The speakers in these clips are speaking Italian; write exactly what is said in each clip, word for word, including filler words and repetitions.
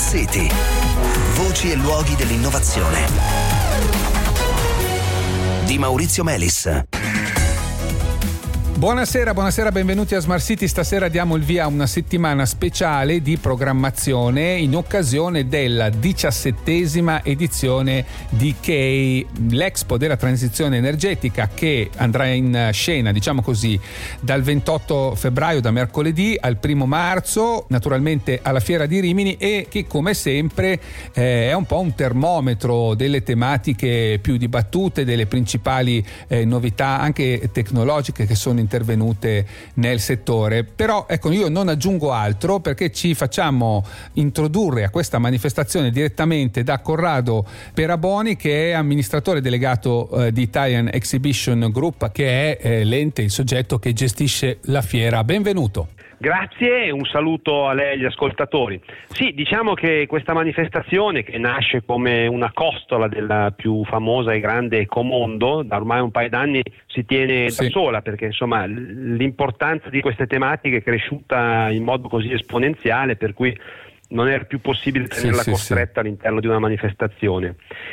City. Voci e luoghi dell'innovazione. Di Maurizio Melis. Buonasera, buonasera, benvenuti a Smart City. Stasera diamo il via a una settimana speciale di programmazione in occasione della diciassettesima edizione di C E I, l'Expo della transizione energetica, che andrà in scena, diciamo così, dal ventotto febbraio, da mercoledì, al primo marzo, naturalmente alla Fiera di Rimini, e che come sempre eh, è un po' un termometro delle tematiche più dibattute, delle principali eh, novità anche tecnologiche che sono intervenute nel settore. Però ecco, io non aggiungo altro, perché ci facciamo introdurre a questa manifestazione direttamente da Corrado Peraboni, che è amministratore delegato eh, di Italian Exhibition Group, che è eh, l'ente, il soggetto che gestisce la fiera. Benvenuto. Grazie e un saluto a lei e agli ascoltatori. Sì, diciamo che questa manifestazione, che nasce come una costola della più famosa e grande Ecomondo, da ormai un paio d'anni si tiene sì. da sola, perché insomma l'importanza di queste tematiche è cresciuta in modo così esponenziale, per cui non era più possibile tenerla sì, costretta sì, all'interno di una manifestazione.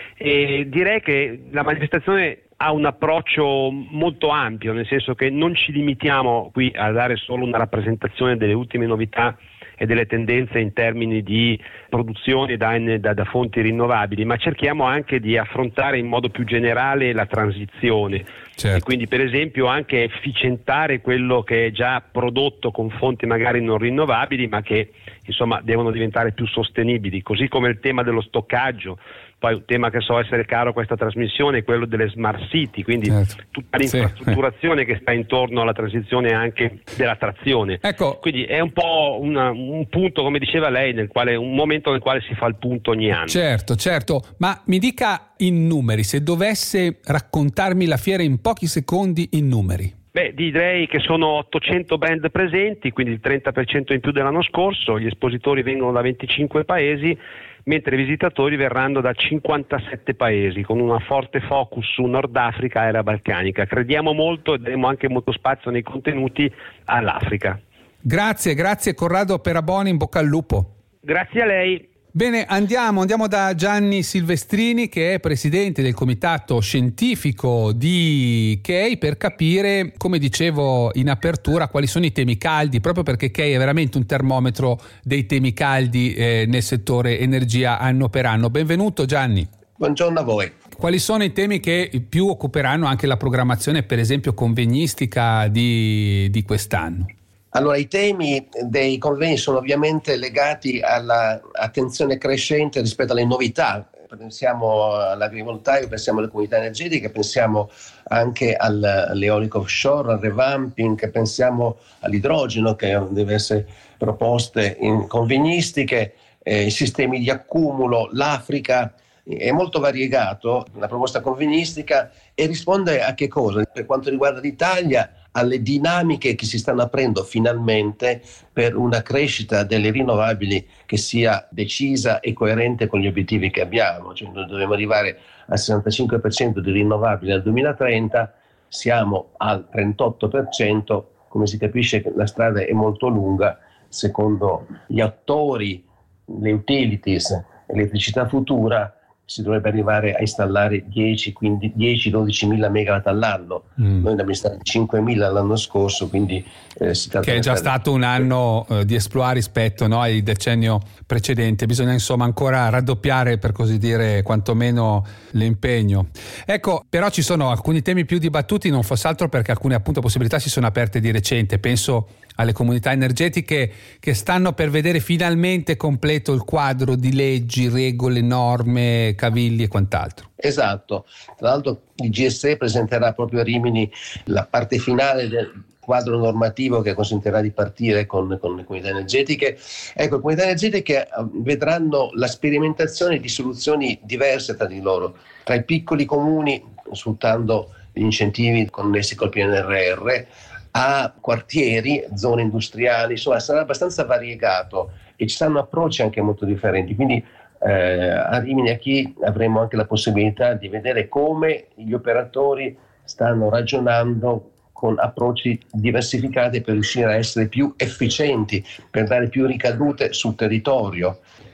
E direi che la manifestazione ha un approccio molto ampio, nel senso che non ci limitiamo qui a dare solo una rappresentazione delle ultime novità e delle tendenze in termini di produzione da, da, da fonti rinnovabili, ma cerchiamo anche di affrontare in modo più generale la transizione. Certo. E quindi per esempio anche efficientare quello che è già prodotto con fonti magari non rinnovabili, ma che insomma devono diventare più sostenibili, così come il tema dello stoccaggio. Poi un tema che so essere caro a questa trasmissione è quello delle smart city, quindi certo, tutta l'infrastrutturazione sì, che sta intorno alla transizione anche della trazione. Ecco. Quindi è un po' una, un punto, come diceva lei, nel quale un momento nel quale si fa il punto ogni anno. Certo, certo, ma mi dica in numeri, se dovesse raccontarmi la fiera in pochi secondi in numeri. Beh, direi che sono ottocento brand presenti, quindi il trenta per cento in più dell'anno scorso. Gli espositori vengono da venticinque paesi, mentre i visitatori verranno da cinquantasette paesi, con una forte focus su Nord Africa e area balcanica. Crediamo molto e daremo anche molto spazio nei contenuti all'Africa. Grazie, grazie Corrado Peraboni, in bocca al lupo. Grazie a lei. Bene, andiamo, andiamo da Gianni Silvestrini, che è presidente del comitato scientifico di C E I, per capire, come dicevo in apertura, quali sono i temi caldi, proprio perché C E I è veramente un termometro dei temi caldi eh, nel settore energia anno per anno. Benvenuto Gianni. Buongiorno a voi. Quali sono i temi che più occuperanno anche la programmazione, per esempio convegnistica di, di quest'anno? Allora, i temi dei convegni sono ovviamente legati all'attenzione crescente rispetto alle novità. Pensiamo all'agrivoltaico, pensiamo alle comunità energetiche, pensiamo anche all'eolico offshore, al revamping, pensiamo all'idrogeno che deve essere proposte in convegnistiche, eh, i sistemi di accumulo, l'Africa. È molto variegato la proposta convegnistica e risponde a che cosa? Per quanto riguarda l'Italia, alle dinamiche che si stanno aprendo finalmente per una crescita delle rinnovabili che sia decisa e coerente con gli obiettivi che abbiamo. Cioè, noi dobbiamo arrivare al sessantacinque per cento di rinnovabili nel duemilatrenta, siamo al trentotto per cento, come si capisce che la strada è molto lunga. Secondo gli attori, le utilities, elettricità futura, si dovrebbe arrivare a installare dieci dodici mila megawatt all'anno. Mm. Noi ne abbiamo installati cinquemila l'anno scorso, quindi eh, si tratta che è già di... stato un anno eh, di esploare rispetto, no, al decennio precedente. Bisogna insomma ancora raddoppiare, per così dire, quantomeno l'impegno. Ecco, però ci sono alcuni temi più dibattuti, non fosse altro perché alcune appunto possibilità si sono aperte di recente. Penso alle comunità energetiche che stanno per vedere finalmente completo il quadro di leggi, regole, norme, cavilli e quant'altro. Esatto, tra l'altro il G S E presenterà proprio a Rimini la parte finale del quadro normativo che consentirà di partire con, con le comunità energetiche. Ecco, le comunità energetiche vedranno la sperimentazione di soluzioni diverse tra di loro, tra i piccoli comuni sfruttando gli incentivi connessi col P N R R, a quartieri, zone industriali, insomma sarà abbastanza variegato e ci saranno approcci anche molto differenti, quindi eh, a Rimini a Chi avremo anche la possibilità di vedere come gli operatori stanno ragionando con approcci diversificati per riuscire a essere più efficienti, per dare più ricadute sul territorio.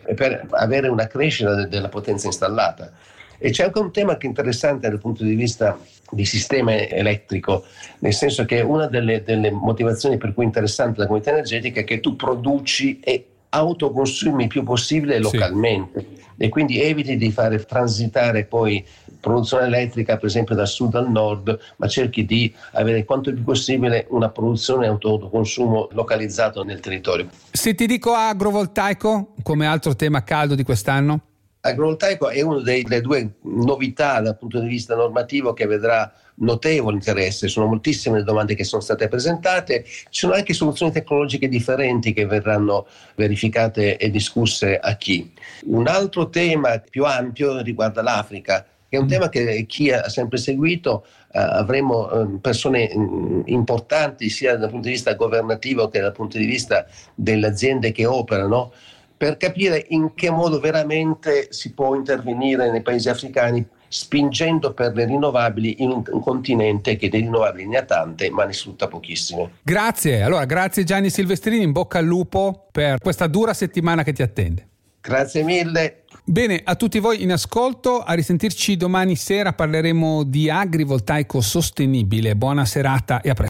per avere una crescita de- della potenza installata. E c'è anche un tema che è interessante dal punto di vista di sistema elettrico, nel senso che una delle, delle motivazioni per cui è interessante la comunità energetica è che tu produci e autoconsumi il più possibile localmente, sì. E quindi eviti di fare transitare poi produzione elettrica per esempio dal sud al nord, ma cerchi di avere quanto più possibile una produzione e autoconsumo localizzato nel territorio. Se ti dico agrovoltaico come altro tema caldo di quest'anno? Agrovoltaico è una delle due novità dal punto di vista normativo che vedrà notevole interesse. Sono moltissime le domande che sono state presentate, ci sono anche soluzioni tecnologiche differenti che verranno verificate e discusse a chi. Un altro tema più ampio riguarda l'Africa, che è un tema che chi ha sempre seguito. Uh, avremo uh, persone uh, importanti sia dal punto di vista governativo che dal punto di vista delle aziende che operano, per capire in che modo veramente si può intervenire nei paesi africani spingendo per le rinnovabili in un, un continente che di rinnovabili ne ha tante ma ne sfrutta pochissime. Grazie, allora grazie Gianni Silvestrini, in bocca al lupo per questa dura settimana che ti attende. Grazie mille. Bene, a tutti voi in ascolto, a risentirci domani sera, parleremo di agrivoltaico sostenibile. Buona serata e a presto.